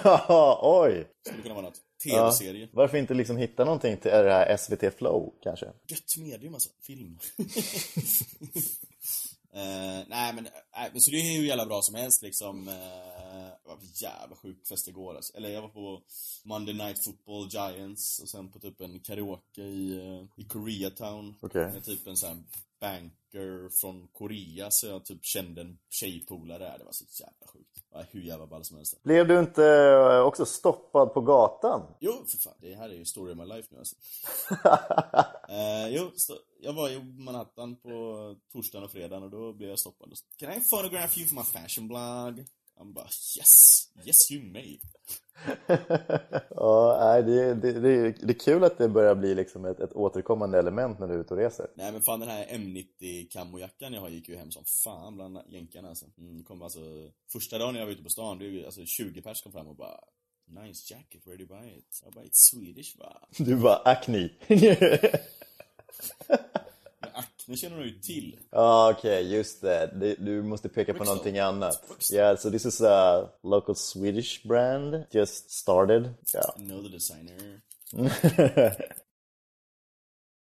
Oj! Skulle kunna vara något. Tv-serie. Ja, varför inte liksom hitta någonting till det här S V T Flow kanske? Gött medium alltså, film. uh, nej men, nej men så det är ju jävla bra som helst liksom. Uh, jävla sjuk fest igår alltså. Eller jag var på Monday Night Football Giants och sen på typ en karaoke i, i Koreatown. Okay. Med typ en sån här banker från Korea, så jag typ kände en tjejpolare där. Det var så jävla sjukt. Det var hur jävla ball som helst. Blev du inte också stoppad på gatan? Jo, för fan. Det här är ju story of my life nu alltså. uh, jo, st- jag var i Manhattan på torsdagen och fredagen och då blev jag stoppad. Can I photograph you for my fashion blog? Han bara, yes, yes you may. Ja, det, det, det, det är kul att det börjar bli liksom ett, ett återkommande element när du är ute och reser. Nej men fan, den här M nittio kamojackan jag har gick ju hem som fan bland jänkarna alltså. Mm, kom alltså första dagen jag var ute på stan, det är ju alltså tjugo pers kom fram och bara, nice jacket, where do you buy it? Jag bara, it's Swedish va? Du bara, Acne. Acne känner du ju till. Ja, ah, okej, okay, just det. Du, du måste peka Brixton. På någonting annat. Yeah, so this is a local Swedish brand. Just started. Yeah. I know the designer.